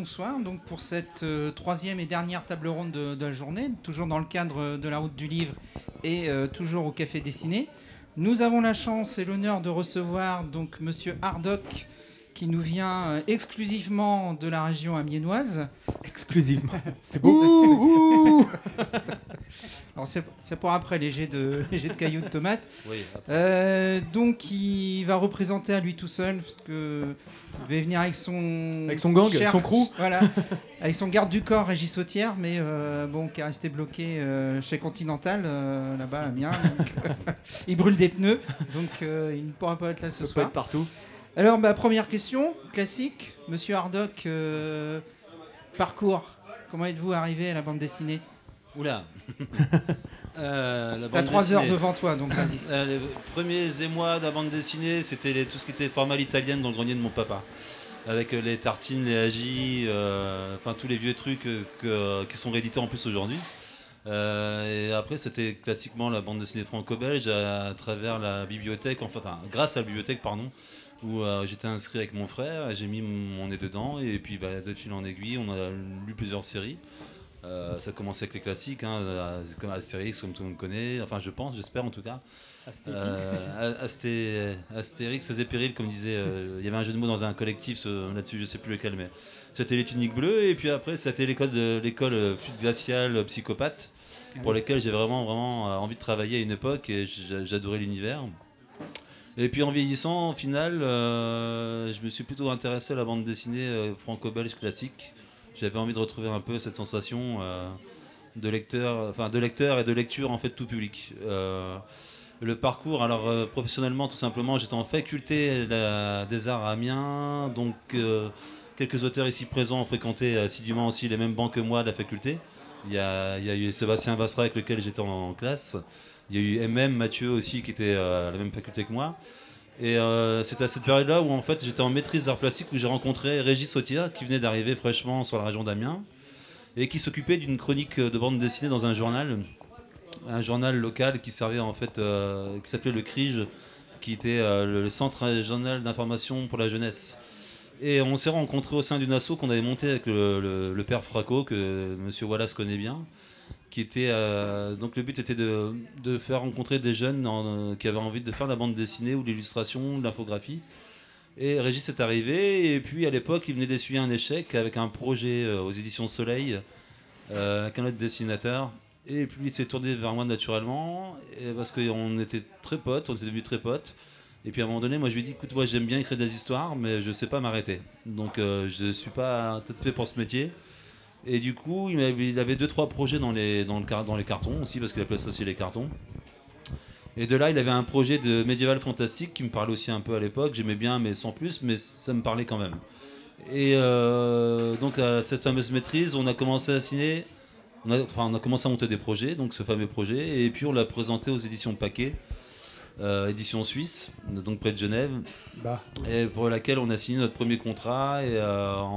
bonsoir. Donc pour cette troisième et dernière table ronde de la journée, toujours dans le cadre de la route du livre et toujours au Café Dessiné. Nous avons la chance et l'honneur de recevoir donc Monsieur Hardock, qui nous vient exclusivement de la région amiénoise. Exclusivement, c'est beau. Ouh. Alors c'est pour après les jets de cailloux de tomates. Oui, donc il va représenter à lui tout seul, parce que il va venir avec son gang, son crew. Voilà, avec son garde du corps Régis Sautière, mais qui est resté bloqué chez Continental là-bas à Amiens. Donc, il brûle des pneus, donc il ne pourra pas être là ce soir. Pas être partout. Alors première question classique, Monsieur Hardock, parcours. Comment êtes-vous arrivé à la bande dessinée? Oula. T'as 3 heures devant toi, donc vas-y. Les premiers émois de la bande dessinée, c'était tout ce qui était format italienne dans le grenier de mon papa. Avec les tartines, les hagis, tous les vieux trucs qui sont réédités en plus aujourd'hui. Et après, c'était classiquement la bande dessinée franco-belge à travers la bibliothèque, grâce à la bibliothèque, pardon, où j'étais inscrit avec mon frère, j'ai mis mon nez dedans, et puis de fil en aiguille, on a lu plusieurs séries. Ça a commencé avec les classiques, comme Astérix, comme tout le monde connaît, enfin je pense, j'espère en tout cas. Astérix faisait péril, comme disait, il y avait un jeu de mots dans un collectif là-dessus, je sais plus lequel, mais c'était les tuniques bleues, et puis après c'était l'école Flûte Glaciale Psychopathe, pour lesquelles j'ai vraiment envie de travailler à une époque, et j'adorais l'univers. Et puis en vieillissant, au final, je me suis plutôt intéressé à la bande dessinée franco-belge classique. J'avais envie de retrouver un peu cette sensation de lecteur et de lecture en fait tout public. Le parcours, alors professionnellement tout simplement, j'étais en faculté des arts à Amiens, donc quelques auteurs ici présents ont fréquenté assidûment aussi les mêmes bancs que moi de la faculté. Il y a eu Sébastien Bassera avec lequel j'étais en classe. Il y a eu Mathieu aussi qui était à la même faculté que moi. Et c'était à cette période-là où en fait j'étais en maîtrise d'art plastique, où j'ai rencontré Régis Sautière qui venait d'arriver fraîchement sur la région d'Amiens et qui s'occupait d'une chronique de bande dessinée dans un journal local qui servait en fait, qui s'appelait le CRIJ, qui était le centre régional d'information pour la jeunesse. Et on s'est rencontrés au sein d'une asso qu'on avait montée avec le père Fracot, que Monsieur Wallace connaît bien. Qui était, donc le but était de faire rencontrer des jeunes qui avaient envie de faire de la bande dessinée ou de l'illustration, de l'infographie. Et Régis est arrivé, et puis à l'époque il venait d'essuyer un échec avec un projet aux éditions Soleil, avec un autre dessinateur. Et puis il s'est tourné vers moi naturellement, parce qu'on était très potes, on était devenus très potes. Et puis à un moment donné, moi je lui ai dit, écoute, moi j'aime bien écrire des histoires, mais je sais pas m'arrêter. Donc je suis pas tout fait pour ce métier. Et du coup, il avait 2-3 projets dans les cartons aussi, parce qu'il appelait ça aussi les cartons. Et de là, il avait un projet de médiéval fantastique qui me parlait aussi un peu à l'époque. J'aimais bien, mais sans plus, mais ça me parlait quand même. Et donc, à cette fameuse maîtrise, on a commencé à signer, on a commencé à monter des projets, donc ce fameux projet, et puis on l'a présenté aux éditions Paquet, édition suisse, donc près de Genève, et pour laquelle on a signé notre premier contrat en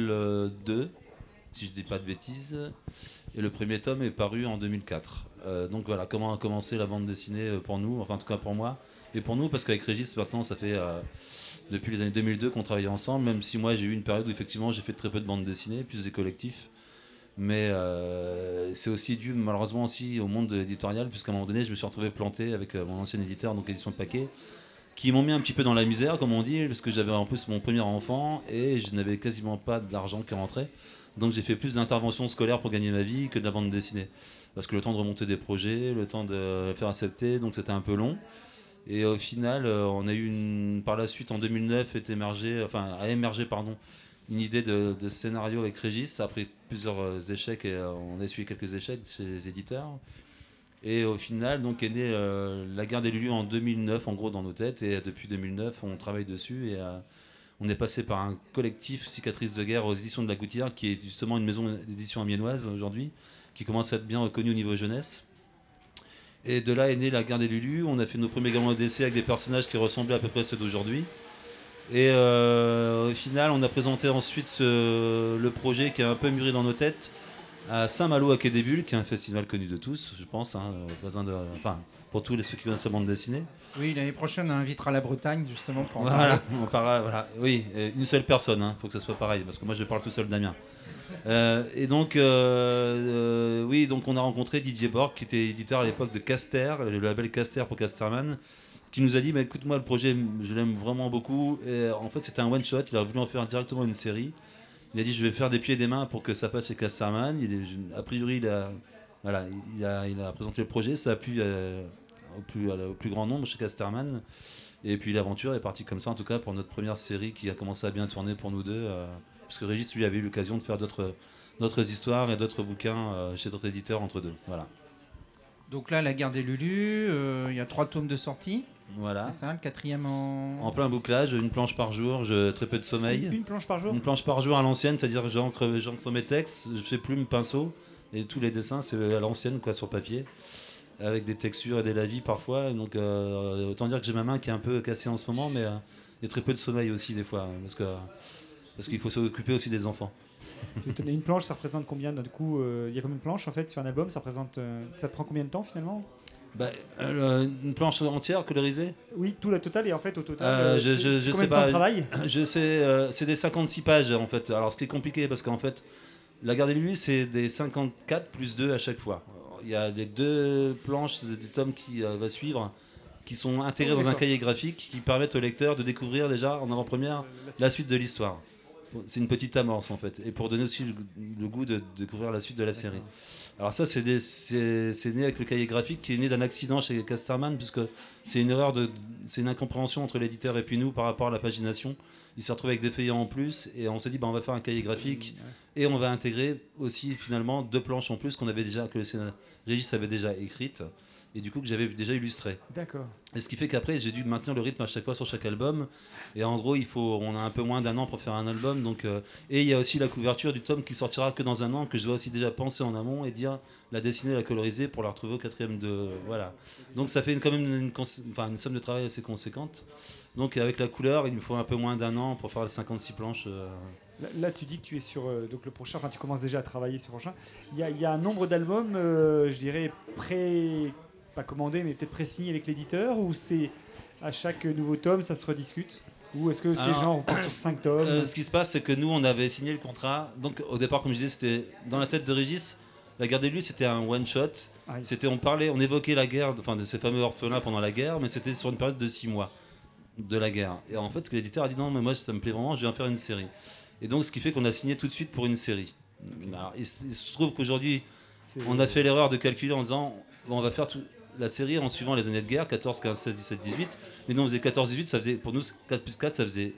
2002. Si je dis pas de bêtises, et le premier tome est paru en 2004. Donc voilà comment a commencé la bande dessinée pour nous, enfin en tout cas pour moi, et pour nous parce qu'avec Régis maintenant ça fait depuis les années 2002 qu'on travaille ensemble, même si moi j'ai eu une période où effectivement j'ai fait très peu de bande dessinée, plus des collectifs, mais c'est aussi dû malheureusement aussi au monde éditorial, puisqu'à un moment donné je me suis retrouvé planté avec mon ancien éditeur, donc édition Paquet, qui m'ont mis un petit peu dans la misère comme on dit, parce que j'avais en plus mon premier enfant et je n'avais quasiment pas d'argent qui rentrait. Donc j'ai fait plus d'interventions scolaires pour gagner ma vie que de la bande dessinée. Parce que le temps de remonter des projets, le temps de faire accepter, donc c'était un peu long. Et au final, on a eu par la suite en 2009 a émergé une idée de scénario avec Régis, après plusieurs échecs, et on a essuyé quelques échecs chez les éditeurs. Et au final, donc est née La Guerre des Lulus en 2009, en gros dans nos têtes, et depuis 2009 on travaille dessus, et on est passé par un collectif Cicatrices de guerre aux éditions de la Gouttière, qui est justement une maison d'édition amiénoise aujourd'hui, qui commence à être bien reconnue au niveau jeunesse. Et de là est née La Guerre des Lulus. On a fait nos premiers gamins d'essai avec des personnages qui ressemblaient à peu près à ceux d'aujourd'hui. Et au final, on a présenté ensuite le projet qui a un peu mûri dans nos têtes à Saint-Malo à Quai des Bulles, qui est un festival connu de tous, je pense, pour tous ceux qui connaissent sa bande dessinée. Oui, l'année prochaine, on invitera la Bretagne, justement, pour en Voilà, parler. voilà. Oui, une seule personne, il faut que ça soit pareil, parce que moi je parle tout seul d'Amiens. Oui, donc on a rencontré Didier Borg, qui était éditeur à l'époque de Caster, le label Caster pour Casterman, qui nous a dit écoute, moi le projet, je l'aime vraiment beaucoup. Et en fait, c'était un one-shot, il a voulu en faire directement une série. Il a dit je vais faire des pieds et des mains pour que ça passe chez Casterman. A priori, il a présenté le projet, ça a plu au plus grand nombre chez Casterman. Et puis l'aventure est partie comme ça, en tout cas pour notre première série qui a commencé à bien tourner pour nous deux. Parce que Régis, lui, avait eu l'occasion de faire d'autres histoires et d'autres bouquins chez d'autres éditeurs entre deux. Voilà. Donc là, La Guerre des Lulus, il y a 3 tomes de sortie. Voilà. C'est ça, le 4e en plein bouclage, une planche par jour, très peu de sommeil. Une planche par jour. Une planche par jour à l'ancienne, c'est-à-dire que j'encre mes textes, je fais plume, pinceau, et tous les dessins, c'est à l'ancienne, quoi, sur papier, avec des textures et des lavis parfois. Donc autant dire que j'ai ma main qui est un peu cassée en ce moment, mais il y a très peu de sommeil aussi des fois, parce qu'il faut s'occuper aussi des enfants. Une planche, ça représente combien? Du coup, il y a combien de planches en fait sur un album? Ça te prend combien de temps finalement? Une planche entière colorisée? Oui, tout la totale, et en fait au total, je combien sais de temps pas. de travail? Je sais, c'est des 56 pages en fait. Alors ce qui est compliqué parce qu'en fait, La Guerre des Lulus, c'est des 54 plus 2 à chaque fois. Il y a les 2 planches des tomes qui va suivre, qui sont intégrés dans un cahier graphique qui permettent au lecteur de découvrir déjà en avant-première la suite de l'histoire. C'est une petite amorce en fait, et pour donner aussi le goût de découvrir la suite de la série. Alors ça, c'est né avec le cahier graphique qui est né d'un accident chez Casterman, puisque c'est une incompréhension entre l'éditeur et puis nous par rapport à la pagination. Il s'est retrouvé avec des feuillants en plus, et on s'est dit on va faire un cahier graphique, et on va intégrer aussi finalement 2 planches en plus que le Régis avait déjà écrites, et du coup que j'avais déjà illustré. D'accord. Et ce qui fait qu'après j'ai dû maintenir le rythme à chaque fois sur chaque album, et en gros on a un peu moins d'1 an pour faire un album, donc et il y a aussi la couverture du tome qui sortira que dans 1 an, que je dois aussi déjà penser en amont et dire la dessiner, la coloriser pour la retrouver au 4e voilà. Donc ça fait quand même une somme de travail assez conséquente. Donc avec la couleur, il me faut un peu moins d'1 an pour faire les 56 planches. Là, tu dis que tu es sur donc le prochain, enfin tu commences déjà à travailler sur le prochain. Il y a un nombre d'albums, je dirais pas commandé, mais peut-être pré-signé avec l'éditeur, ou c'est à chaque nouveau tome, ça se rediscute? Ou est-ce que c'est on part sur 5 tomes? Ce qui se passe, c'est que nous, on avait signé le contrat. Donc au départ, comme je disais, c'était dans la tête de Régis. La Guerre des Lulus, c'était un one-shot. On évoquait la guerre, de ces fameux orphelins pendant la guerre, mais c'était sur une période de 6 mois de la guerre. Et en fait, ce que l'éditeur a dit, non, mais moi, ça me plaît vraiment, je vais en faire une série. Et donc, ce qui fait qu'on a signé tout de suite pour une série. Okay. Alors, il se trouve qu'aujourd'hui, on a fait l'erreur de calculer en disant, on va faire la série en suivant les années de guerre, 14, 15, 16, 17, 18. Mais nous, on faisait 14, 18, ça faisait, pour nous, 4 plus 4, ça faisait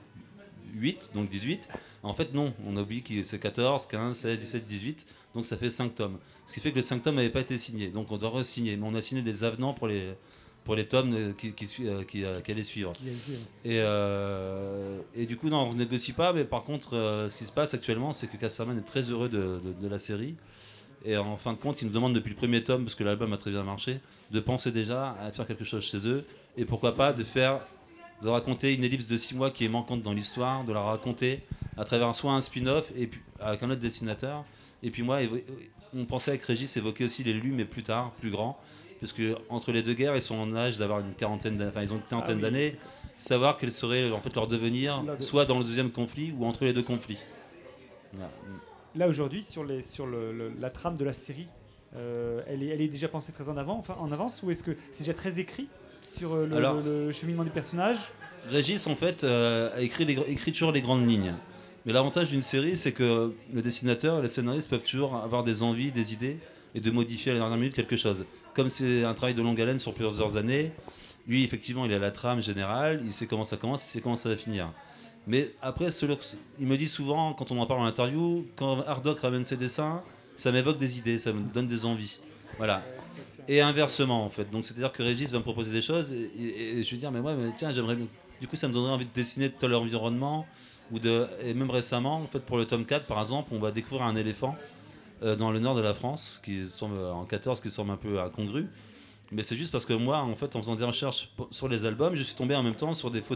8, donc 18. En fait, non, on a oublié que c'est 14, 15, 16, 17, 18, donc ça fait 5 tomes. Ce qui fait que les 5 tomes n'avaient pas été signés, donc on doit re-signer. Mais on a signé des avenants pour les tomes qui allaient suivre. Et du coup, non, on ne négocie pas, mais par contre, ce qui se passe actuellement, c'est que Casterman est très heureux de la série. Et en fin de compte, ils nous demandent depuis le premier tome, parce que l'album a très bien marché, de penser déjà à faire quelque chose chez eux, et pourquoi pas de raconter une ellipse de 6 mois qui est manquante dans l'histoire, de la raconter à travers soit un spin-off, et puis avec un autre dessinateur. Et puis moi, on pensait avec Régis évoquer aussi les Lulus, mais plus tard, plus grands, parce que entre les 2 guerres, ils sont en âge d'avoir une quarantaine d'années, savoir quel serait en fait leur devenir, soit dans le 2e conflit ou entre les 2 conflits. Voilà. Là aujourd'hui, sur la trame de la série, elle est déjà pensée très en avance, ou est-ce que c'est déjà très écrit sur le cheminement des personnages? Régis en fait a écrit toujours les grandes lignes. Mais l'avantage d'une série, c'est que le dessinateur et les scénaristes peuvent toujours avoir des envies, des idées, et de modifier à la dernière minute quelque chose. Comme c'est un travail de longue haleine sur plusieurs années, lui effectivement il a la trame générale, il sait comment ça commence, il sait comment ça va finir. Mais après, il me dit souvent, quand on en parle en interview, quand Hardock ramène ses dessins, ça m'évoque des idées, ça me donne des envies. Voilà. Et inversement, en fait. Donc, c'est-à-dire que Régis va me proposer des choses, et je lui dis, mais tiens, j'aimerais. Du coup, ça me donnerait envie de dessiner tout l'environnement. Et même récemment, en fait, pour le tome 4, par exemple, on va découvrir un éléphant dans le nord de la France, qui semble en 14, qui semble un peu incongru. Mais c'est juste parce que moi, en fait, en faisant des recherches sur les albums, je suis tombé en même temps sur des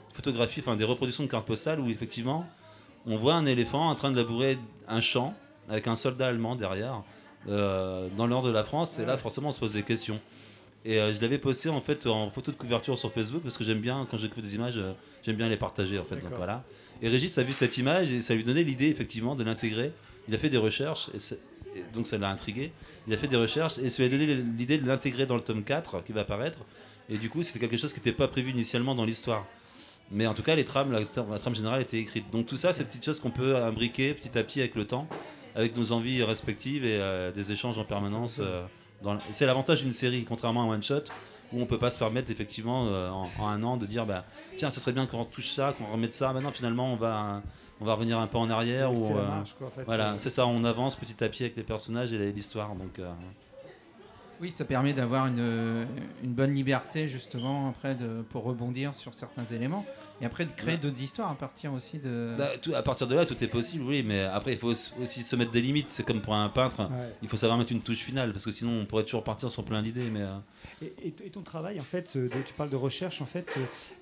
photographies, des reproductions de cartes postales où effectivement on voit un éléphant en train de labourer un champ avec un soldat allemand derrière, dans le nord de la France, et là forcément on se pose des questions. Et je l'avais posté en fait en photo de couverture sur Facebook parce que j'aime bien, quand j'écoute des images, j'aime bien les partager en fait. Donc, voilà. Et Régis a vu cette image et ça lui donnait l'idée effectivement de l'intégrer. Il a fait des recherches et donc ça l'a intrigué. Il a fait des recherches et ça lui a donné l'idée de l'intégrer dans le tome 4 qui va apparaître. Et du coup c'était quelque chose qui n'était pas prévu initialement dans l'histoire. Mais en tout cas la trame générale était écrite. Donc tout ça c'est des petites choses qu'on peut imbriquer petit à petit avec le temps, avec nos envies respectives et des échanges en permanence. C'est l'avantage d'une série, contrairement à un one-shot, où on peut pas se permettre effectivement en un an de dire tiens, ça serait bien qu'on touche ça, qu'on remette ça. Maintenant, finalement, on va revenir un peu en arrière. C'est la marche, quoi, en fait. Voilà, c'est ça, on avance petit à petit avec les personnages et l'histoire. Donc, Oui, ça permet d'avoir une bonne liberté justement après pour rebondir sur certains éléments et après de créer d'autres histoires à partir aussi de... à partir de là, tout est possible, oui, mais après il faut aussi se mettre des limites. C'est comme pour un peintre, il faut savoir mettre une touche finale parce que sinon on pourrait toujours partir sur plein d'idées. Mais et ton travail, en fait, tu parles de recherche, en fait,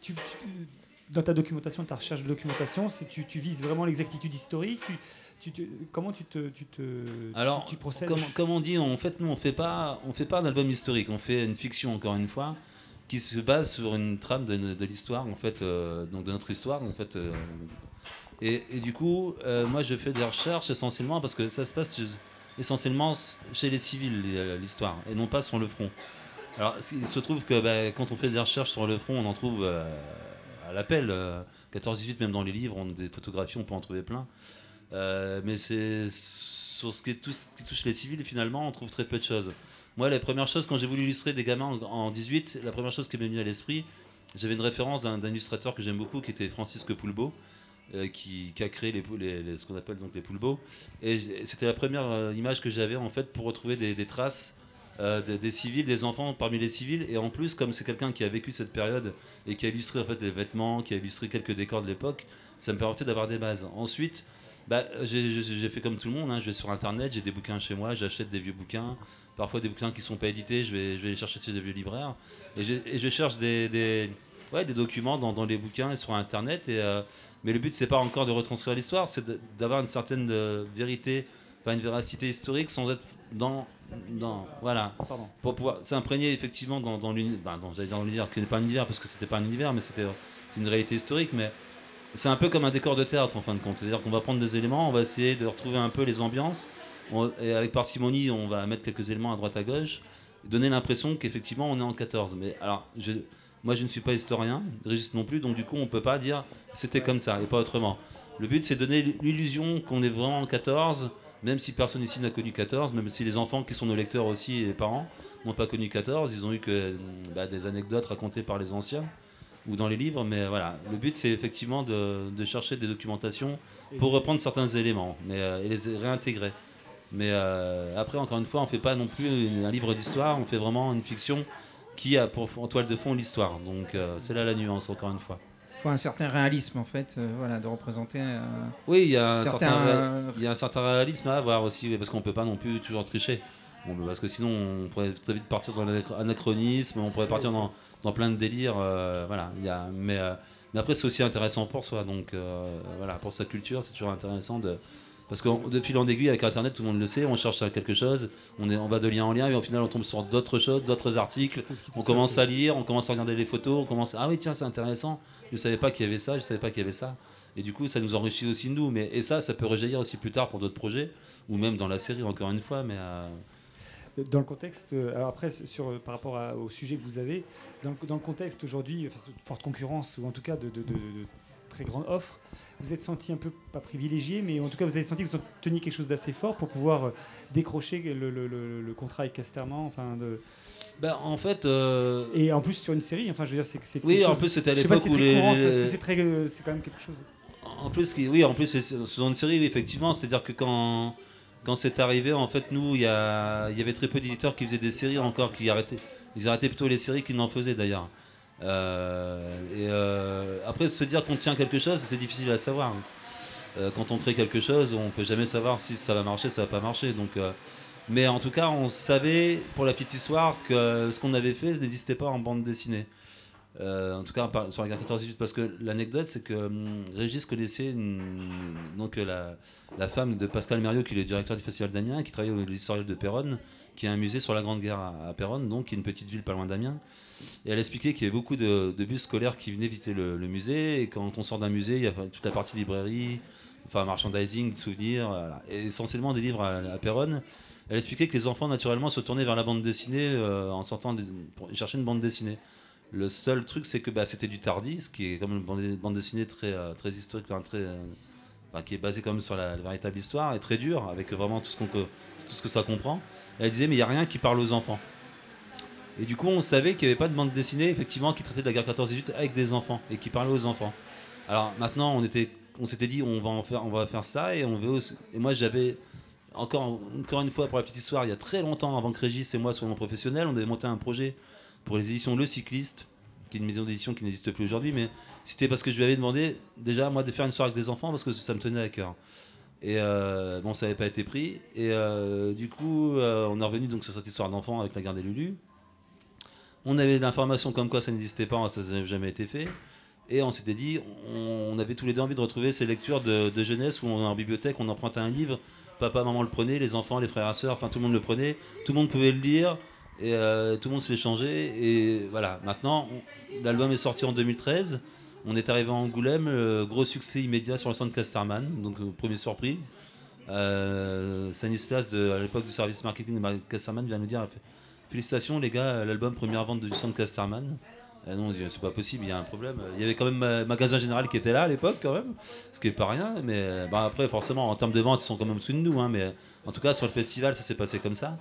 dans ta documentation, ta recherche de documentation, tu vises vraiment l'exactitude historique. Comment tu procèdes? Comme on dit, en fait, nous on fait pas un album historique, on fait une fiction encore une fois qui se base sur une trame de l'histoire en fait, donc de notre histoire en fait. Et du coup, moi je fais des recherches essentiellement parce que ça se passe essentiellement chez les civils l'histoire et non pas sur le front. Alors il se trouve que quand on fait des recherches sur le front, on en trouve à l'appel 14-18, même dans les livres, des photographies, on peut en trouver plein. Mais c'est sur tout ce qui touche les civils, finalement, on trouve très peu de choses. Moi, les premières choses, quand j'ai voulu illustrer des gamins en 18, la première chose qui m'est venue à l'esprit, j'avais une référence d'un illustrateur que j'aime beaucoup, qui était Francisque Poulbeau, qui a créé ce qu'on appelle donc les Poulbeaux. Et c'était la première image que j'avais en fait pour retrouver des traces des civils, des enfants parmi les civils. Et en plus, comme c'est quelqu'un qui a vécu cette période et qui a illustré en fait les vêtements, qui a illustré quelques décors de l'époque, ça me permettait d'avoir des bases. Ensuite, j'ai fait comme tout le monde, je vais sur internet, j'ai des bouquins chez moi, j'achète des vieux bouquins, parfois des bouquins qui ne sont pas édités, je vais les chercher chez des vieux libraires et je cherche des documents dans les bouquins et sur internet mais le but c'est pas encore de retranscrire l'histoire, c'est d'avoir une certaine vérité, une véracité historique sans être voilà, pour pouvoir s'imprégner effectivement dans l'univers, j'allais dire dans l'univers qui n'est pas un univers parce que c'était pas un univers mais c'était une réalité historique, mais c'est un peu comme un décor de théâtre en fin de compte. C'est-à-dire qu'on va prendre des éléments, on va essayer de retrouver un peu les ambiances. Et avec parcimonie, on va mettre quelques éléments à droite à gauche, donner l'impression qu'effectivement on est en 14. Mais alors, moi je ne suis pas historien, Régis non plus, donc du coup on ne peut pas dire c'était comme ça et pas autrement. Le but c'est de donner l'illusion qu'on est vraiment en 14, même si personne ici n'a connu 14, même si les enfants qui sont nos lecteurs aussi et les parents n'ont pas connu 14, ils ont eu que des anecdotes racontées par les anciens ou dans les livres, mais voilà, le but c'est effectivement de chercher des documentations pour reprendre certains éléments et les réintégrer. Mais après, encore une fois, on fait pas non plus un livre d'histoire, on fait vraiment une fiction qui a en toile de fond l'histoire. Donc c'est là la nuance, encore une fois. Il faut un certain réalisme en fait, de représenter. Oui, il y a un certain réalisme à avoir aussi, parce qu'on peut pas non plus toujours tricher. Parce que sinon on pourrait très vite partir dans l'anachronisme, on pourrait partir dans plein de délires, voilà. Mais après c'est aussi intéressant pour soi, donc voilà, pour sa culture c'est toujours intéressant parce que de fil en aiguille avec internet, tout le monde le sait, on cherche à quelque chose, on va de lien en lien et au final on tombe sur d'autres choses, d'autres articles, on commence à lire, on commence à regarder les photos, ah oui tiens c'est intéressant, je savais pas qu'il y avait ça, et du coup ça nous enrichit aussi nous, et ça peut rejaillir aussi plus tard pour d'autres projets ou même dans la série encore une fois, mais dans le contexte, alors après, par rapport au sujet que vous avez, dans le contexte aujourd'hui, forte concurrence, ou en tout cas de très grande offre, vous êtes senti un peu, pas privilégié, mais en tout cas vous avez senti que vous teniez quelque chose d'assez fort pour pouvoir décrocher le contrat avec Casterman, en fait... Et en plus sur une série, je veux dire, c'est oui, en plus c'était à l'époque où c'est quand même quelque chose. En plus c'est sur une série, oui, effectivement, c'est-à-dire que quand c'est arrivé, en fait, nous, il y avait très peu d'éditeurs qui faisaient des séries encore, ils arrêtaient plutôt les séries qu'ils n'en faisaient d'ailleurs. Après, de se dire qu'on tient quelque chose, c'est difficile à savoir. Quand on crée quelque chose, on peut jamais savoir si ça va marcher, ça va pas marcher. Donc, mais en tout cas, on savait, pour la petite histoire, que ce qu'on avait fait n'existait pas en bande dessinée. En tout cas sur la guerre 14-18, parce que l'anecdote c'est que Régis connaissait donc la femme de Pascal Mériot, qui est le directeur du Festival d'Amiens, qui travaillait au l'historial de Péronne, qui est un musée sur la Grande Guerre à Péronne, donc qui est une petite ville pas loin d'Amiens. Et elle expliquait qu'il y avait beaucoup de bus scolaires qui venaient visiter le musée, et quand on sort d'un musée, il y a toute la partie librairie, enfin merchandising, souvenirs, voilà. Et essentiellement des livres à Péronne. Elle expliquait que les enfants naturellement se tournaient vers la bande dessinée en sortant pour chercher une bande dessinée. Le seul truc, c'est que c'était du Tardis, qui est comme une bande dessinée très historique, qui est basée quand même sur la véritable histoire, et très dure, avec vraiment tout ce que ça comprend. Et elle disait, mais il n'y a rien qui parle aux enfants. Et du coup, on savait qu'il n'y avait pas de bande dessinée, effectivement, qui traitait de la guerre 14-18 avec des enfants, et qui parlait aux enfants. Alors maintenant, on s'était dit, on va faire ça, et moi, j'avais... Encore une fois, pour la petite histoire, il y a très longtemps, avant que Régis et moi soyons professionnels, on avait monté un projet pour les éditions Le Cycliste, qui est une maison d'édition qui n'existe plus aujourd'hui, mais c'était parce que je lui avais demandé déjà moi de faire une soirée avec des enfants, parce que ça me tenait à cœur. Et ça n'avait pas été pris, et du coup on est revenu donc sur cette histoire d'enfants avec la guerre des Lulu. On avait l'information comme quoi ça n'existait pas, ça n'avait jamais été fait, et on s'était dit, on avait tous les deux envie de retrouver ces lectures de jeunesse où on est en bibliothèque, on empruntait un livre, papa, maman le prenait, les enfants, les frères et sœurs, enfin tout le monde le prenait, tout le monde pouvait le lire, et tout le monde se l'échangeait. Et voilà, maintenant, l'album est sorti en 2013, on est arrivé à Angoulême, gros succès immédiat sur le centre Casterman, donc premier surpris. Stanislas, à l'époque du service marketing de Casterman, vient nous dire félicitations les gars, l'album première vente du centre Casterman. Non, on dit c'est pas possible, il y a un problème. Il y avait quand même Magasin Général qui était là à l'époque quand même, ce qui est pas rien, mais après forcément en termes de vente ils sont quand même au-dessus de nous, mais en tout cas sur le festival ça s'est passé comme ça.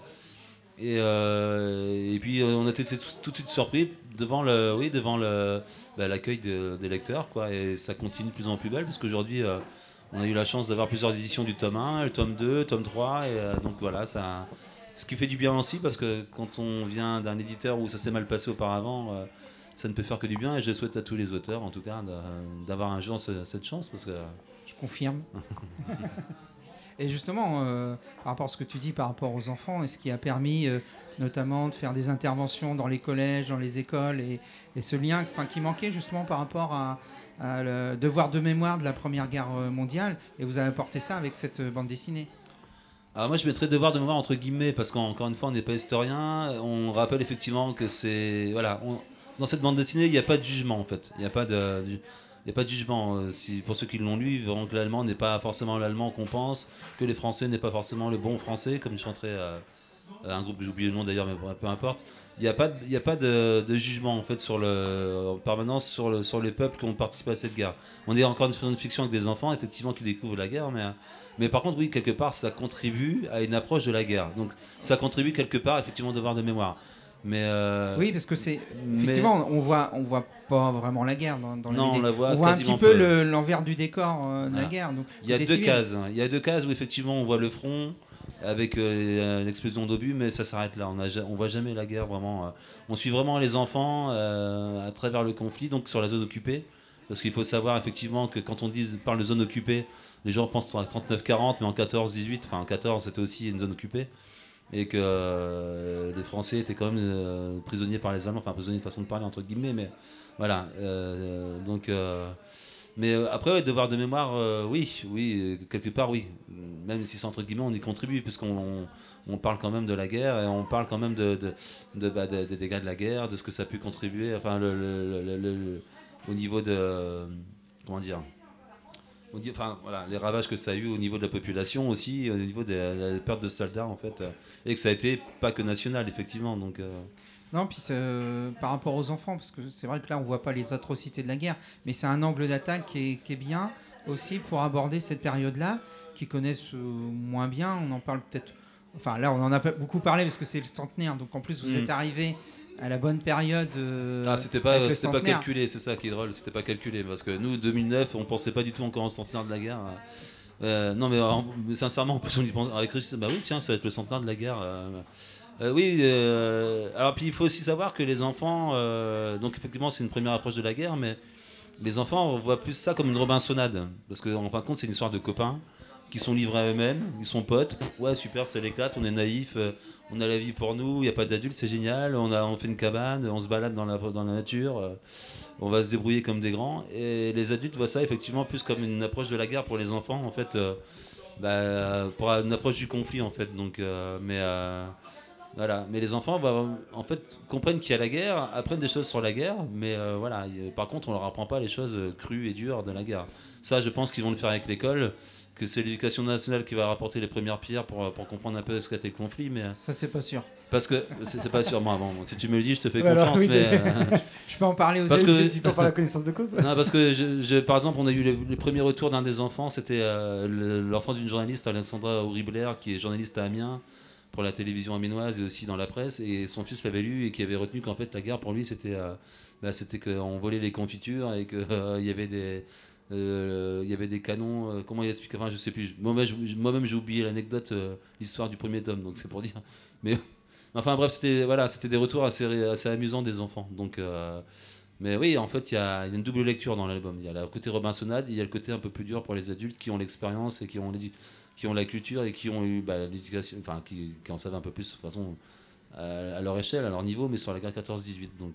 Et puis on a été tout de suite surpris devant l'accueil des lecteurs, quoi, et ça continue de plus en plus belle parce qu'aujourd'hui on a eu la chance d'avoir plusieurs éditions du tome 1, le tome 2, tome 3, et donc voilà, ce qui fait du bien aussi parce que quand on vient d'un éditeur où ça s'est mal passé auparavant, ça ne peut faire que du bien, et je souhaite à tous les auteurs en tout cas d'avoir un jour cette chance parce que... Je confirme. Et justement, par rapport à ce que tu dis par rapport aux enfants, et ce qui a permis notamment de faire des interventions dans les collèges, dans les écoles, et ce lien qui manquait justement par rapport à le devoir de mémoire de la Première Guerre mondiale, et vous avez apporté ça avec cette bande dessinée. Alors moi je mettrais devoir de mémoire entre guillemets parce qu'encore une fois on n'est pas historien, on rappelle effectivement que c'est... Voilà, dans cette bande dessinée il n'y a pas de jugement en fait, il n'y a pas de jugement. Pour ceux qui l'ont lu, ils verront que l'allemand n'est pas forcément l'allemand qu'on pense, que les français n'est pas forcément le bon français, comme chanterait un groupe que j'ai oublié le nom d'ailleurs, mais peu importe. Il n'y a pas de jugement en fait en permanence sur les peuples qui ont participé à cette guerre. On est encore une fiction avec des enfants, effectivement, qui découvrent la guerre, mais par contre, oui, quelque part, ça contribue à une approche de la guerre. Donc, ça contribue quelque part, effectivement, au devoir de mémoire. Oui, parce que effectivement, on voit pas vraiment la guerre dans non, on voit un petit peu l'envers du décor de la guerre. Donc, il y a deux cases. Il y a deux cases où effectivement on voit le front avec une explosion d'obus, mais ça s'arrête là. On voit jamais la guerre vraiment. On suit vraiment les enfants à travers le conflit, donc sur la zone occupée, parce qu'il faut savoir effectivement que quand on parle de zone occupée, les gens pensent à 39-40, mais en 14-18, enfin en 14 c'était aussi une zone occupée. Et que les Français étaient quand même prisonniers par les Allemands, enfin prisonniers de façon de parler entre guillemets, mais voilà. Mais après, ouais, devoir de mémoire, oui, quelque part, oui. Même si c'est entre guillemets, on y contribue, puisqu'on parle quand même de la guerre, et on parle quand même des dégâts de la guerre, de ce que ça a pu contribuer, enfin, au niveau de... Comment dire ? Enfin, voilà, les ravages que ça a eu au niveau de la population aussi, au niveau de la perte de soldats en fait, et que ça a été pas que national effectivement. Donc, Non, puis par rapport aux enfants, parce que c'est vrai que là on voit pas les atrocités de la guerre, mais c'est un angle d'attaque qui est bien aussi pour aborder cette période-là, qui connaissent moins bien. On en parle peut-être. Enfin là on en a pas beaucoup parlé parce que c'est le centenaire, donc en plus vous êtes arrivé à la bonne période. C'était pas calculé, c'est ça qui est drôle, c'était pas calculé parce que nous 2009 on pensait pas du tout encore au centenaire de la guerre. Non mais sincèrement on y pense avec Régis, bah oui tiens ça va être le centenaire de la guerre. Alors puis il faut aussi savoir que les enfants, donc effectivement c'est une première approche de la guerre, mais les enfants voient plus ça comme une Robinsonade parce qu'en fin de compte c'est une histoire de copains. qui sont livrés à eux-mêmes, ils sont potes, ouais super, c'est l'éclate, on est naïf, on a la vie pour nous, il n'y a pas d'adultes, c'est génial, on fait une cabane, on se balade dans la nature, on va se débrouiller comme des grands. Et les adultes voient ça effectivement plus comme une approche de la guerre pour les enfants, en fait, pour une approche du conflit en fait. Donc, voilà. Mais les enfants en fait, comprennent qu'il y a la guerre, apprennent des choses sur la guerre, mais voilà. Par contre, on leur apprend pas les choses crues et dures de la guerre. Ça, je pense qu'ils vont le faire avec l'école, que c'est l'éducation nationale qui va rapporter les premières pierres pour comprendre un peu ce qu'était le conflit. Mais ça, c'est pas sûr. Parce que c'est pas sûr, moi. Bon, si tu me le dis, je te fais Alors, confiance. oui, mais, je peux en parler aussi. Parce que- Tu peux pas la connaissance de cause. non, parce que par exemple, on a eu les premiers retours d'un des enfants. C'était l'enfant d'une journaliste, Alexandra Auribler, qui est journaliste à Amiens pour la télévision amiénoise et aussi dans la presse. Et son fils l'avait lu et qui avait retenu qu'en fait la guerre pour lui c'était qu'on volait les confitures et qu'il y avait des canons. Comment il explique? Enfin, je sais plus. Moi-même, j'ai oublié l'anecdote, l'histoire du premier tome. Donc c'est pour dire. Mais enfin bref, c'était des retours assez amusants des enfants. Donc mais oui, en fait, il y a une double lecture dans l'album. Il y a le côté Robinsonade, il y a le côté un peu plus dur pour les adultes qui ont l'expérience et qui ont la culture et qui ont eu l'éducation, enfin qui en savent un peu plus de toute façon à leur échelle, à leur niveau, mais sur la guerre 14-18. Donc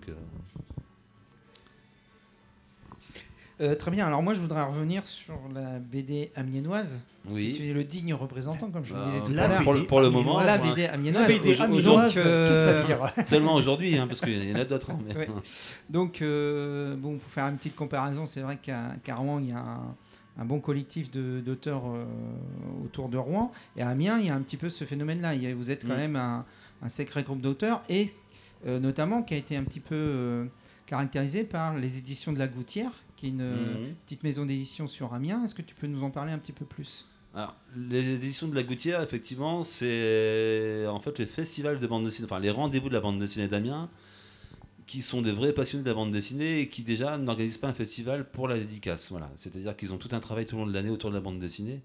très bien. Alors moi, je voudrais revenir sur la BD amiénoise. Parce oui. que tu es le digne représentant, comme je le disais tout la à l'heure. BD pour le moment, La moi, BD amiénoise. La BD amiénoise, qu'est-ce que ça veut dire? seulement aujourd'hui, parce qu'il y en a d'autres. Hein, mais- Ouais. Donc, bon, pour faire une petite comparaison, c'est vrai qu'à Rouen, il y a un bon collectif d'auteurs autour de Rouen. Et à Amiens, il y a un petit peu ce phénomène-là. Vous êtes quand même un sacré groupe d'auteurs, et notamment qui a été un petit peu caractérisé par les éditions de La Gouttière, qui est une petite maison d'édition sur Amiens. Est-ce que tu peux nous en parler un petit peu plus? Alors, les éditions de La Gouttière, effectivement, c'est en fait les festivals de bande dessinée, enfin les rendez-vous de la bande dessinée d'Amiens, qui sont des vrais passionnés de la bande dessinée et qui déjà n'organisent pas un festival pour la dédicace. Voilà. C'est-à-dire qu'ils ont tout un travail tout au long de l'année autour de la bande dessinée,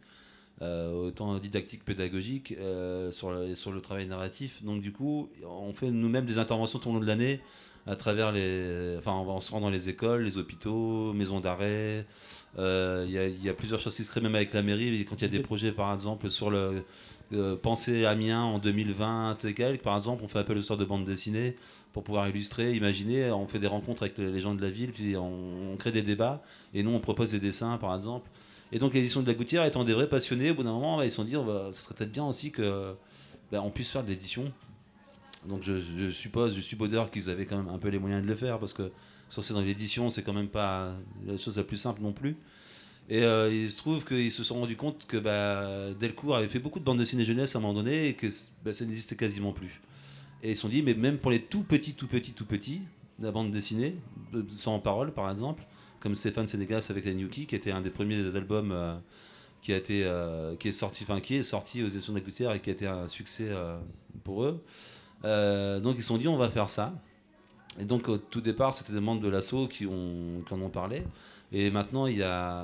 autant didactique, pédagogique, sur le travail narratif. Donc du coup, on fait nous-mêmes des interventions tout au long de l'année à travers on se rend dans les écoles, les hôpitaux, maisons d'arrêt. Il y a plusieurs choses qui se créent même avec la mairie. Et quand il y a des projets, par exemple, sur le Penser Amiens en 2020 et quelques, par exemple, on fait appel aux auteurs de bande dessinée pour pouvoir illustrer, imaginer. On fait des rencontres avec les gens de la ville, puis on crée des débats. Et nous, on propose des dessins, par exemple. Et donc, l'édition de La Gouttière, étant des vrais passionnés, au bout d'un moment, ils se sont dit, ça serait peut-être bien aussi que on puisse faire de l'édition. Donc je suppose d'heure qu'ils avaient quand même un peu les moyens de le faire, parce que sortir dans l'édition, c'est quand même pas la chose la plus simple non plus. Et il se trouve qu'ils se sont rendus compte que Delcourt avait fait beaucoup de bandes dessinées jeunesse à un moment donné et que ça n'existait quasiment plus. Et ils se sont dit, mais même pour les tout petits, la bande dessinée, sans parole par exemple, comme Stéphane Sénégas avec la Newkie, qui était un des premiers albums qui est sorti aux éditions de La Gouttière et qui a été un succès pour eux. Donc ils se sont dit, on va faire ça. Et donc au tout départ, c'était des membres de l'asso qui en ont parlé. Et maintenant, il y a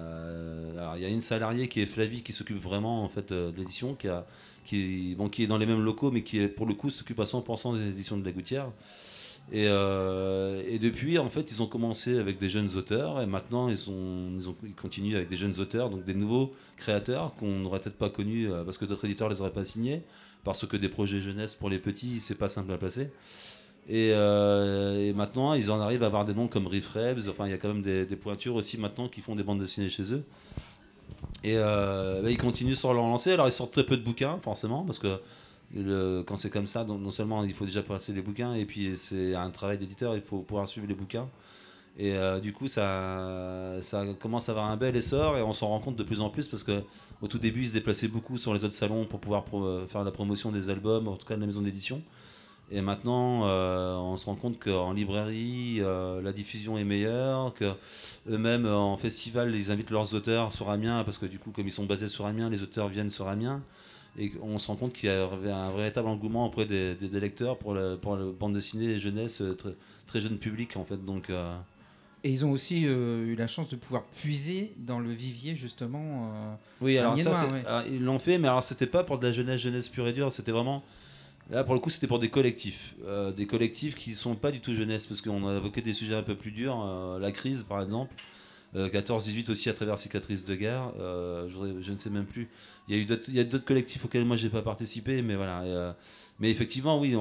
une salariée qui est Flavie, qui s'occupe vraiment en fait de l'édition, qui est dans les mêmes locaux, mais qui pour le coup s'occupe à 100% des éditions de La Gouttière. Et depuis, en fait, ils ont commencé avec des jeunes auteurs, et maintenant ils continuent avec des jeunes auteurs, donc des nouveaux créateurs qu'on n'aurait peut-être pas connus parce que d'autres éditeurs les auraient pas signés, parce que des projets jeunesse pour les petits, c'est pas simple à placer. Et maintenant, ils en arrivent à avoir des noms comme Riff Rebs. Enfin, il y a quand même des pointures aussi maintenant qui font des bandes dessinées chez eux. Et ils continuent sur leur lancée. Alors, ils sortent très peu de bouquins, forcément, parce que quand c'est comme ça, non seulement il faut déjà passer les bouquins, et puis c'est un travail d'éditeur, il faut pouvoir suivre les bouquins. Et du coup, ça commence à avoir un bel essor, et on s'en rend compte de plus en plus, parce qu'au tout début, ils se déplaçaient beaucoup sur les autres salons pour pouvoir faire la promotion des albums, en tout cas de la maison d'édition. Et maintenant, on se rend compte qu'en librairie, la diffusion est meilleure, qu'eux-mêmes, en festival, ils invitent leurs auteurs sur Amiens, parce que du coup, comme ils sont basés sur Amiens, les auteurs viennent sur Amiens. Et on se rend compte qu'il y a un véritable engouement auprès des lecteurs pour la bande dessinée jeunesse, très, très jeune public, en fait. Donc, Et ils ont aussi eu la chance de pouvoir puiser dans le vivier, justement. oui, alors ça, ouais. Alors, ils l'ont fait, mais alors c'était pas pour de la jeunesse pure et dure, c'était vraiment... Là, pour le coup, c'était pour des collectifs qui sont pas du tout jeunesse, parce qu'on a évoqué des sujets un peu plus durs, la crise, par exemple. 14-18 aussi à travers Cicatrices de guerre. Je ne sais même plus. Il y a d'autres collectifs auxquels moi j'ai pas participé, mais voilà. Mais effectivement, oui,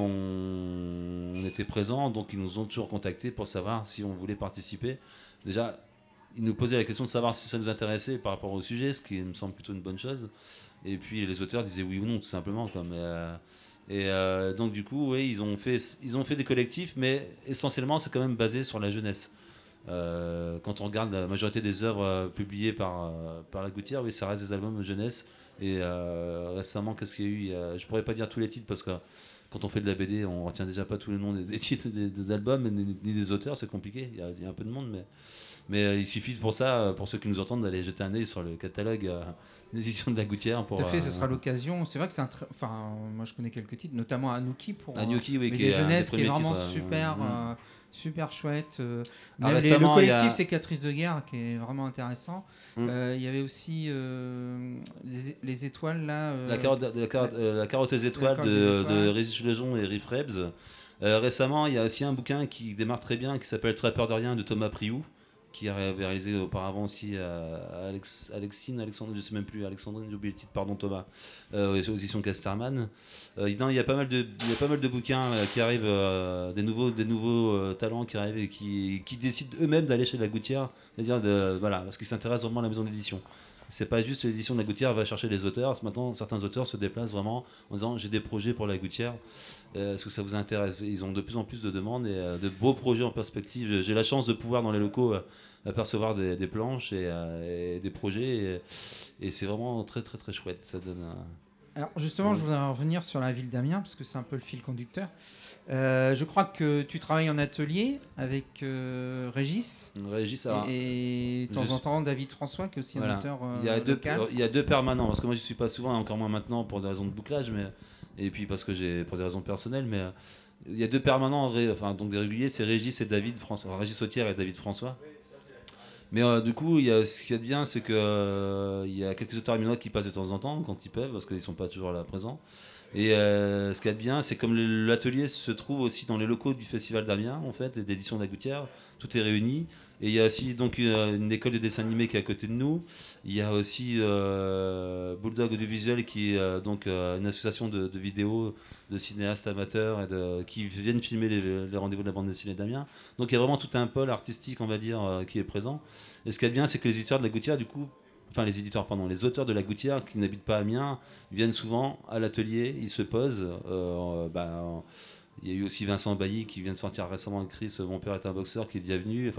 on était présents, donc ils nous ont toujours contactés pour savoir si on voulait participer. Déjà, ils nous posaient la question de savoir si ça nous intéressait par rapport au sujet, ce qui me semble plutôt une bonne chose. Et puis les auteurs disaient oui ou non, tout simplement. Donc du coup, oui, ils ont fait des collectifs, mais essentiellement, c'est quand même basé sur la jeunesse. Quand on regarde la majorité des œuvres publiées par la Gouttière, oui, ça reste des albums de jeunesse. Et récemment, qu'est-ce qu'il y a eu, je pourrais pas dire tous les titres parce que quand on fait de la BD, on retient déjà pas tous les noms des titres des albums ni des auteurs, c'est compliqué. Il y a un peu de monde, mais il suffit pour ça, pour ceux qui nous entendent, d'aller jeter un œil sur le catalogue des éditions de la Gouttière. Tout à fait, ce sera l'occasion. C'est vrai que moi je connais quelques titres, notamment Anouki pour oui, les jeunesses, qui est vraiment titres, super chouette. Récemment, le collectif Cicatrices de guerre qui est vraiment intéressant. Il y avait aussi les étoiles là. La carotte des étoiles de Régis Lejon et Riff Rebs. Récemment, il y a aussi un bouquin qui démarre très bien qui s'appelle Très peur de rien de Thomas Priou, qui avait réalisé auparavant aussi Alexandre, je sais même plus, Alexandrine, j'ai oublié le titre, pardon Thomas, aux éditions Casterman. Il y a pas mal de bouquins qui arrivent, des nouveaux talents qui arrivent et qui décident eux-mêmes d'aller chez la Gouttière, c'est-à-dire parce qu'ils s'intéressent vraiment à la maison d'édition. C'est pas juste l'édition de la Gouttière va chercher les auteurs. Maintenant, certains auteurs se déplacent vraiment en disant j'ai des projets pour la Gouttière. Est-ce que ça vous intéresse? Ils ont de plus en plus de demandes et de beaux projets en perspective. J'ai la chance de pouvoir dans les locaux apercevoir des planches et des projets et c'est vraiment très très très chouette. Ça donne. Alors justement, je voudrais revenir sur la ville d'Amiens parce que c'est un peu le fil conducteur. Je crois que tu travailles en atelier avec Régis. Et de temps en temps David François qui est aussi un auteur local. Il y a deux permanents parce que moi je suis pas souvent, encore moins maintenant pour des raisons de bouclage, et puis parce que pour des raisons personnelles, mais il y a deux permanents, donc des réguliers, c'est Régis et David François, Régis Autière et David François. Mais du coup, ce qu'il y a de bien, c'est qu'il y a quelques auteurs amiénois qui passent de temps en temps, quand ils peuvent, parce qu'ils ne sont pas toujours là présents. Et ce qu'il y a de bien, c'est comme l'atelier se trouve aussi dans les locaux du Festival d'Amiens, en fait, et d'édition de la Gouttière, tout est réuni. Et il y a aussi donc, une école de dessin animé qui est à côté de nous. Il y a aussi Bulldog Audiovisuel, qui est donc une association de vidéos, de cinéastes amateurs qui viennent filmer les rendez-vous de la bande dessinée d'Amiens. Donc il y a vraiment tout un pôle artistique, on va dire, qui est présent. Et ce qu'il y a de bien, c'est que les éditeurs de la Gouttière, du coup, les auteurs de la Gouttière qui n'habitent pas Amiens, viennent souvent à l'atelier, ils se posent. Il y a eu aussi Vincent Bailly qui vient de sortir récemment de Chris, Mon père est un boxeur, qui est déjà venu.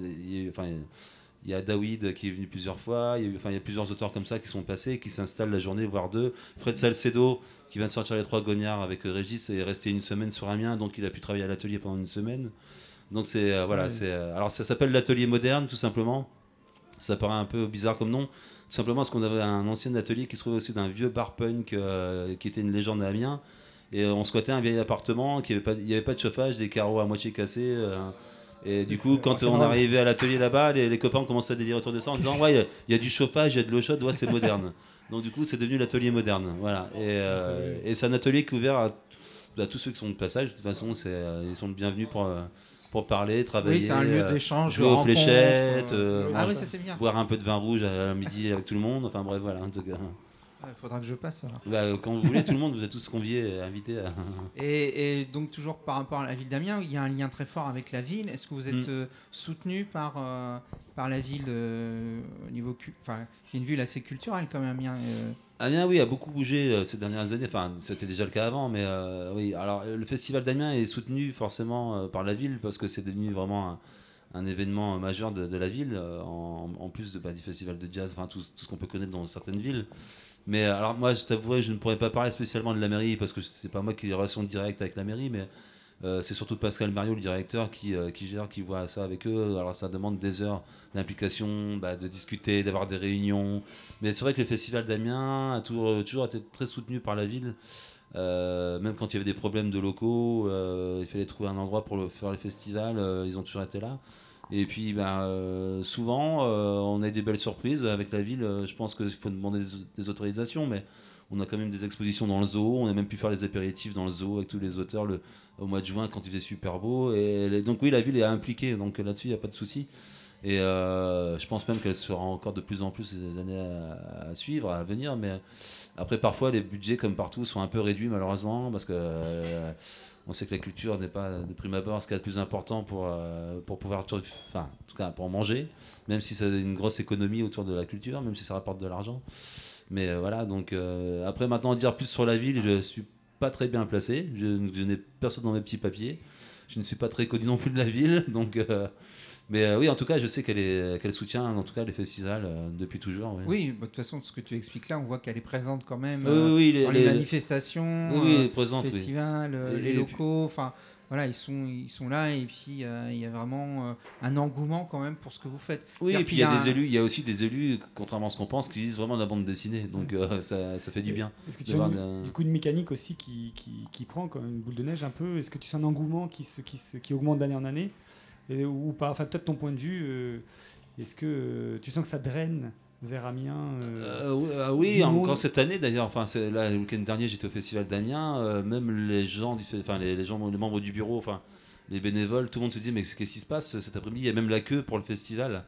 Il y a David qui est venu plusieurs fois. Il y a plusieurs auteurs comme ça qui sont passés, qui s'installent la journée, voire deux. Fred Salcedo qui vient de sortir Les Trois Gognards avec Régis et est resté une semaine sur Amiens, donc il a pu travailler à l'atelier pendant une semaine. Donc alors ça s'appelle l'atelier moderne tout simplement. Ça paraît un peu bizarre comme nom, tout simplement parce qu'on avait un ancien atelier qui se trouvait aussi d'un vieux bar punk qui était une légende à Amiens. Et on squattait un vieil appartement, il n'y avait pas de chauffage, des carreaux à moitié cassés. Et du coup, quand on arrivait à l'atelier là-bas, les copains ont commencé à délirer autour de ça en disant ouais, il y a du chauffage, il y a de l'eau chaude, ouais, c'est moderne. Donc du coup, c'est devenu l'atelier moderne. Voilà. Et c'est un atelier qui est ouvert à tous ceux qui sont de passage. De toute façon, ils sont le bienvenu pour parler, travailler. Oui, c'est un lieu d'échange, jouer aux fléchettes, oui, ça c'est bien. Boire un peu de vin rouge à midi avec tout le monde. Enfin bref, voilà. En tout cas. Il faudra que je passe alors. Quand vous voulez, tout le monde, vous êtes tous conviés, invités. Et donc toujours par rapport à la ville d'Amiens, il y a un lien très fort avec la ville. Est-ce que vous êtes soutenu par la ville au niveau il y a une ville assez culturelle quand même, Amiens. Amiens, oui, a beaucoup bougé ces dernières années. Enfin, c'était déjà le cas avant, mais oui. Alors, le festival d'Amiens est soutenu forcément par la ville parce que c'est devenu vraiment un événement majeur de la ville, en plus du festival de jazz, enfin tout ce qu'on peut connaître dans certaines villes. Mais alors moi, je t'avouerai, je ne pourrais pas parler spécialement de la mairie parce que c'est pas moi qui ai des relations directes avec la mairie, mais c'est surtout Pascal Mario, le directeur, qui gère, qui voit ça avec eux. Alors ça demande des heures d'implication, de discuter, d'avoir des réunions. Mais c'est vrai que le festival d'Amiens a toujours été très soutenu par la ville. Même quand il y avait des problèmes de locaux, il fallait trouver un endroit pour faire les festivals, ils ont toujours été là. Et puis souvent on a des belles surprises avec la ville. Je pense qu'il faut demander des autorisations, mais on a quand même des expositions dans le zoo. On a même pu faire les apéritifs dans le zoo avec tous les auteurs au mois de juin quand il faisait super beau. Et donc oui, la ville est impliquée, donc là-dessus il n'y a pas de souci. Et je pense même qu'elle sera encore de plus en plus des années à suivre, à venir. Mais après, parfois, les budgets, comme partout, sont un peu réduits, malheureusement, parce que on sait que la culture n'est pas de prime abord ce qu'il y a de plus important pour pouvoir, enfin, en tout cas, pour manger, même si c'est une grosse économie autour de la culture, même si ça rapporte de l'argent. Mais voilà, donc après, maintenant, dire plus sur la ville, je suis pas très bien placé. Je n'ai personne dans mes petits papiers. Je ne suis pas très connu non plus de la ville, donc. Mais oui, en tout cas, je sais qu'elle soutient en tout cas les festivals depuis toujours. Oui, Oui, de toute façon, ce que tu expliques là, on voit qu'elle est présente quand même oui, dans les manifestations, oui, présente, festivals, oui. les locaux. Enfin, voilà, ils sont là et puis il y a vraiment un engouement quand même pour ce que vous faites. Oui, et puis il y a des élus, il y a aussi des élus, contrairement à ce qu'on pense, qui lisent vraiment de la bande dessinée. Donc ça fait du bien. Est-ce que tu as du coup une mécanique aussi qui prend comme une boule de neige un peu? Est-ce que tu sens un engouement qui augmente d'année en année? Ou pas, enfin peut-être ton point de vue, est-ce que tu sens que ça draine vers Amiens Oui, encore cette année d'ailleurs, enfin là le week-end dernier j'étais au festival d'Amiens, même les gens les membres du bureau, enfin les bénévoles, tout le monde se dit mais qu'est-ce qui se passe cet après-midi, il y a même la queue pour le festival.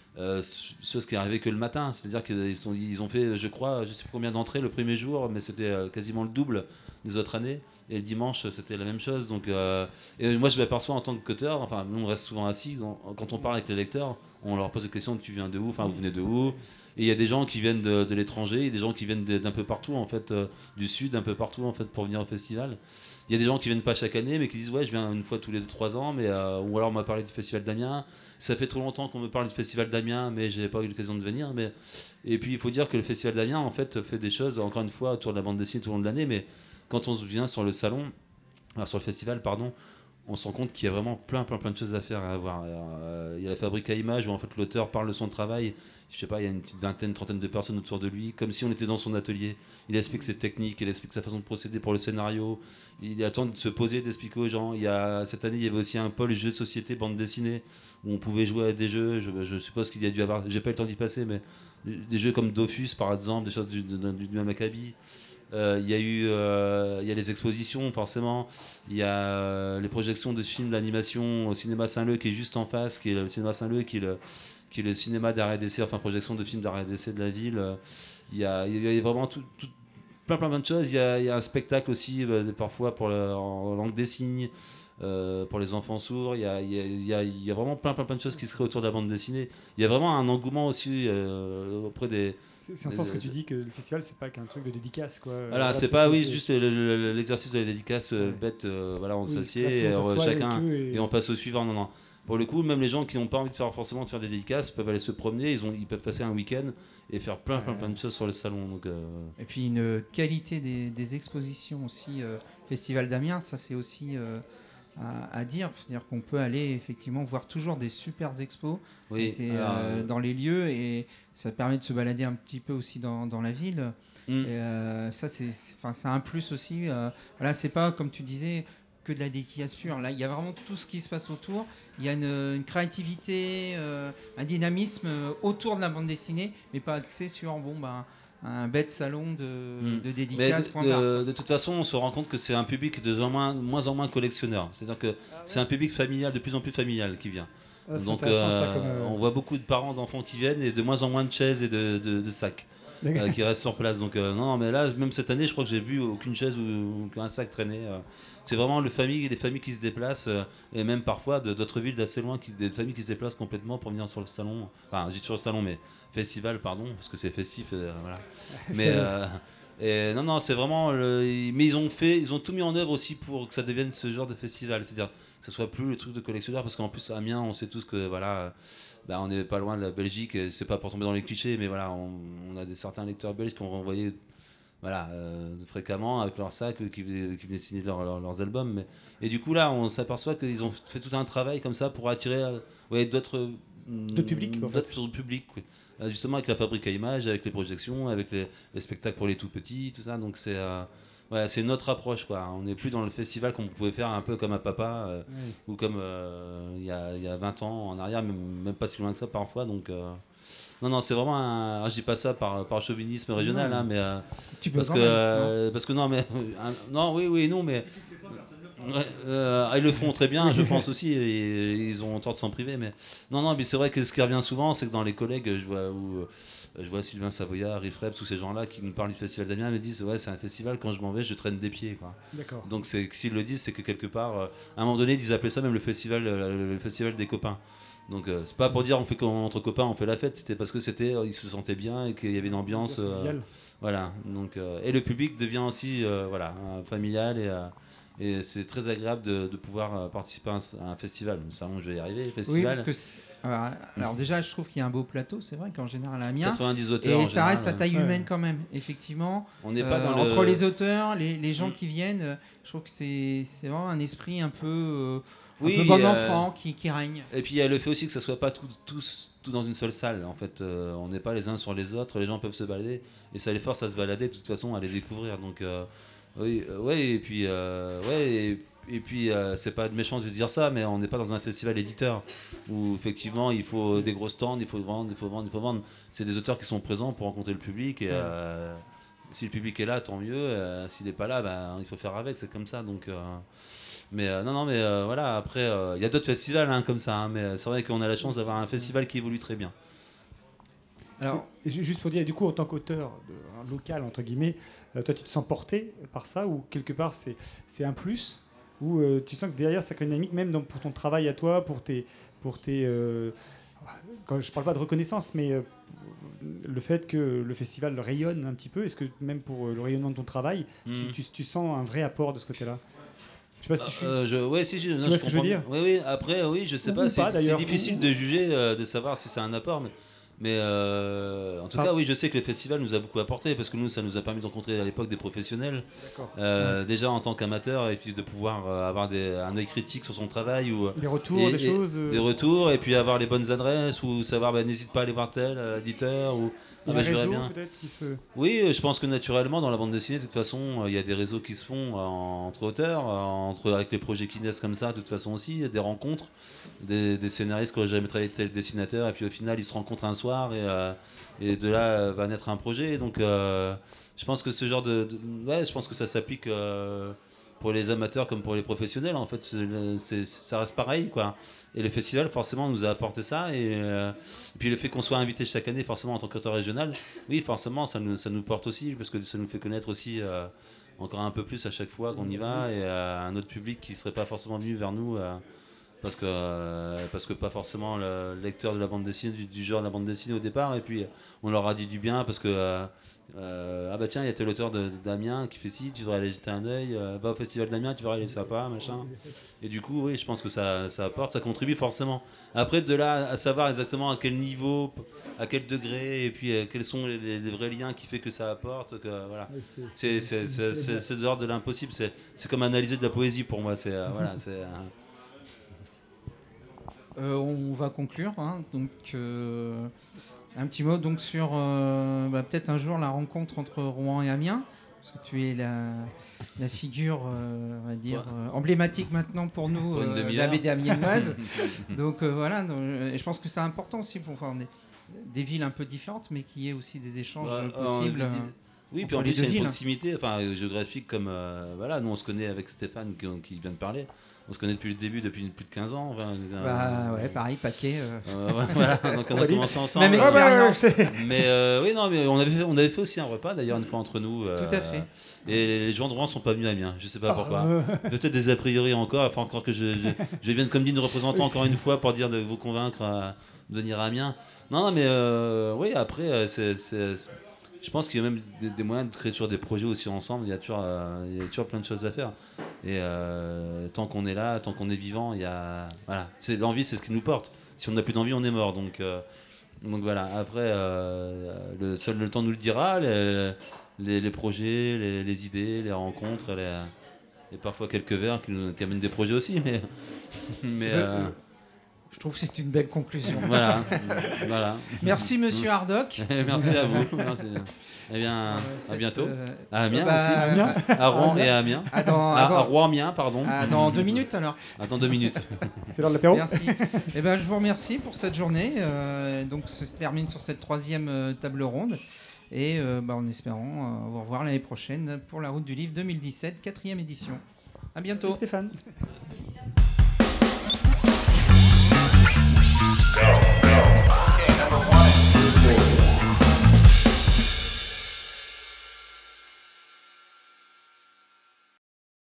Ce qui est arrivé que le matin, c'est-à-dire qu'ils ont fait, je crois, je sais plus combien d'entrées le premier jour, mais c'était quasiment le double des autres années. Et le dimanche, c'était la même chose. Donc, et moi, je m'aperçois en tant que cutter, enfin, nous, on reste souvent assis. Quand on parle avec les lecteurs, on leur pose la question, tu viens de où? Enfin, vous venez de où? Et il y a des gens qui viennent de l'étranger, et des gens qui viennent d'un peu partout, en fait, du sud, un peu partout, en fait, pour venir au festival. Il y a des gens qui viennent pas chaque année, mais qui disent ouais, je viens une fois tous les 2-3 ans, mais ou alors on m'a parlé du festival d'Amiens. Ça fait trop longtemps qu'on me parle du festival d'Amiens, mais j'ai pas eu l'occasion de venir. Mais et puis il faut dire que le festival d'Amiens en fait fait des choses encore une fois autour de la bande dessinée tout au long de l'année, mais quand on se vient sur le salon, sur le festival, pardon, on se rend compte qu'il y a vraiment plein de choses à faire et à voir. Il y a la fabrique à images où en fait l'auteur parle de son travail. Je sais pas, il y a une petite vingtaine, trentaine de personnes autour de lui, comme si on était dans son atelier. Il explique ses techniques, il explique sa façon de procéder pour le scénario. Il attend de se poser, d'expliquer aux gens. Cette année, il y avait aussi un pôle jeux de société, bande dessinée, où on pouvait jouer à des jeux. Je suppose qu'il y a dû avoir, j'ai pas eu le temps d'y passer, mais des jeux comme Dofus par exemple, des choses du même acabit. Il y a les expositions forcément, il y a les projections de films d'animation au cinéma Saint-Leu qui est juste en face, qui est le cinéma Saint-Leu qui est le cinéma d'arrêt d'essai, enfin projection de films d'arrêt d'essai de la ville. Il y a vraiment plein de choses. Il y a un spectacle aussi parfois en langue des signes. Pour les enfants sourds, il y a vraiment plein de choses qui se créent autour de la bande dessinée. Il y a vraiment un engouement aussi auprès des. C'est en sens que tu dis que le festival c'est pas qu'un truc de dédicace quoi. Voilà, c'est pas juste l'exercice de la dédicace bête. Voilà, on s'assied chacun et on passe au suivant. Non. Pour le coup, même les gens qui n'ont pas envie de faire des dédicaces peuvent aller se promener. Ils peuvent passer un week-end et faire plein de choses sur le salon. Donc, Et puis une qualité des expositions aussi. Festival d'Amiens, ça c'est aussi à dire. C'est-à-dire qu'on peut aller effectivement voir toujours des super expos dans les lieux et ça permet de se balader un petit peu aussi dans la ville. Et, ça c'est un plus aussi. Voilà, c'est pas comme tu disais que de la dédicace pure. Là, il y a vraiment tout ce qui se passe autour. Il y a une créativité, un dynamisme autour de la bande dessinée, mais pas axé sur un bête salon de dédicace. De toute façon, on se rend compte que c'est un public de moins en moins collectionneur. C'est-à-dire que c'est un public familial, de plus en plus familial qui vient. Donc on voit beaucoup de parents d'enfants qui viennent et de moins en moins de chaises et de sacs qui restent sur place. Donc non, mais là, même cette année, je crois que j'ai vu aucune chaise ou qu'un sac traîner. C'est vraiment les familles qui se déplacent et même parfois d'autres villes d'assez loin, des familles qui se déplacent complètement pour venir sur le salon. Enfin, je dis sur le salon, mais festival, pardon, parce que c'est festif. Voilà. Mais non, c'est vraiment. Mais ils ont tout mis en œuvre aussi pour que ça devienne ce genre de festival. C'est-à-dire que ce soit plus le truc de collectionneur, parce qu'en plus, à Amiens, on sait tous que voilà. On n'est pas loin de la Belgique, et c'est pas pour tomber dans les clichés, mais voilà, on a certains lecteurs belges qui ont renvoyé fréquemment avec leurs sacs qui venaient signer leurs albums. Et du coup, là, on s'aperçoit qu'ils ont fait tout un travail comme ça pour attirer d'autres publics. D'autres publics, justement avec la fabrique à images, avec les projections, avec les spectacles pour les tout petits, tout ça. Donc c'est une autre approche, quoi. On n'est plus dans le festival qu'on pouvait faire un peu comme à Papa ou comme il y a 20 ans en arrière, même pas si loin que ça parfois. Donc non, c'est vraiment je dis pas ça par chauvinisme régional, mais tu peux parce que non, mais non, oui, non, mais Ils le font très bien, je pense aussi, et ils ont tort de s'en priver. Mais non, mais c'est vrai que ce qui revient souvent, c'est que dans les collègues, je vois Sylvain Savoyard, Riff Reps, tous ces gens-là qui nous parlent du Festival d'Amiens, me disent ouais, c'est un festival, quand je m'en vais, je traîne des pieds, quoi. D'accord. Donc s'ils le disent, c'est que quelque part, à un moment donné, ils appelaient ça même le festival des copains. Donc c'est pas pour dire on fait entre copains on fait la fête, c'était parce que ils se sentaient bien et qu'il y avait une ambiance voilà. Donc et le public devient aussi familial et c'est très agréable de pouvoir participer à un festival. Ça, je vais y arriver, festival. Oui, parce que alors déjà je trouve qu'il y a un beau plateau, c'est vrai qu'en général à Amiens 90 auteurs et ça reste à taille humaine quand même. Effectivement, on n'est pas entre les auteurs, les gens qui viennent, je trouve que c'est vraiment un esprit un peu un peu bon enfant qui règne. Et puis il y a le fait aussi que ça soit pas tout dans une seule salle. En fait, on n'est pas les uns sur les autres. Les gens peuvent se balader et ça les force à se balader de toute façon, à les découvrir. Donc et puis c'est pas méchant de dire ça, mais on n'est pas dans un festival éditeur où effectivement il faut des gros stands, il faut vendre. C'est des auteurs qui sont présents pour rencontrer le public et si le public est là, tant mieux. S'il n'est pas là, il faut faire avec. C'est comme ça. Donc mais voilà, après il y a d'autres festivals comme ça, mais c'est vrai qu'on a la chance d'avoir un festival qui évolue très bien. Alors, juste pour dire, du coup, en tant qu'auteur local, entre guillemets, toi tu te sens porté par ça, ou quelque part c'est un plus, ou tu sens que derrière c'est dynamique, même pour ton travail à toi, pour tes quand je parle pas de reconnaissance, mais le fait que le festival rayonne un petit peu, est-ce que même pour le rayonnement de ton travail, tu sens un vrai apport de ce côté-là? Je sais pas si je suis. Tu vois ce que je veux dire? Oui. Après, je sais pas. C'est difficile de juger, de savoir si c'est un apport, mais en tout cas, oui, je sais que le festival nous a beaucoup apporté parce que nous, ça nous a permis de rencontrer à l'époque des professionnels, déjà en tant qu'amateur, et puis de pouvoir avoir un œil critique sur son travail ou des retours, des choses, des retours, et puis avoir les bonnes adresses ou savoir n'hésite pas à aller voir tel éditeur ou je verrais bien. Oui, je pense que naturellement dans la bande dessinée, de toute façon, il y a des réseaux qui se font entre auteurs, avec les projets qui naissent comme ça, de toute façon aussi, des rencontres, des scénaristes qui n'auraient jamais travaillé avec tel dessinateur, et puis au final ils se rencontrent un soir et de là va naître un projet. Donc je pense que ce genre je pense que ça s'applique pour les amateurs comme pour les professionnels. En fait, ça reste pareil, quoi. Et le festival, forcément, nous a apporté ça. Et puis le fait qu'on soit invité chaque année, forcément, en tant qu'auteur régional, oui, forcément, ça nous porte aussi, parce que ça nous fait connaître aussi encore un peu plus à chaque fois qu'on y va, et à un autre public qui ne serait pas forcément venu vers nous. Parce que pas forcément le lecteur de la bande dessinée, du genre de la bande dessinée au départ, et puis on leur a dit du bien parce que ah bah tiens, il y a tel auteur d'Amiens qui fait ci, tu devrais aller jeter un œil, va au festival d'Amiens, tu verras, il est sympa, machin. Et du coup, oui, je pense que ça apporte, ça contribue forcément. Après, de là à savoir exactement à quel niveau, à quel degré, et puis quels sont les vrais liens qui fait que ça apporte, que voilà, c'est de l'ordre de l'impossible. C'est comme analyser de la poésie pour moi. On va conclure, donc un petit mot donc sur peut-être un jour la rencontre entre Rouen et Amiens, parce que tu es la figure on va dire emblématique maintenant pour nous de la BD amiénoise. Donc voilà, et je pense que c'est important aussi pour voir des villes un peu différentes, mais qu'il y ait aussi des échanges possibles. Oui, puis en plus il y a une proximité géographique, comme nous on se connaît avec Stéphane qui vient de parler. On se connaît depuis le début, depuis plus de 15 ans. Pareil, paquet. Voilà, donc on a commencé ensemble. Même expérience. Mais on avait fait aussi un repas d'ailleurs une fois entre nous. Tout à fait. Et les gens de Rouen sont pas venus à Amiens, je sais pas pourquoi. Peut-être des a priori encore, enfin encore que je vienne comme ligne représentant encore une fois pour dire de vous convaincre de venir à Amiens. Non, mais oui, après je pense qu'il y a même des moyens de créer toujours des projets aussi ensemble. Il y a toujours plein de choses à faire. Et tant qu'on est là, tant qu'on est vivant, l'envie, c'est ce qui nous porte. Si on n'a plus d'envie, on est mort. Donc voilà. Après, le temps nous le dira. Les projets, les idées, les rencontres, et parfois quelques verres qui amènent des projets aussi. Mais je trouve que c'est une belle conclusion. Voilà. Merci Monsieur Hardock. Merci à vous. Merci. Eh bien, à bientôt. À Amiens aussi. À Rouen et à Amiens. À Rouen-Amiens, pardon. Dans 2 minutes alors. Attends 2 minutes. C'est l'heure de l'apéro. Merci. Je vous remercie pour cette journée. Donc, se termine sur cette 3e table ronde. Et en espérant vous revoir l'année prochaine pour la Route du Livre 2017, 4e édition. À bientôt. Merci Stéphane. Merci.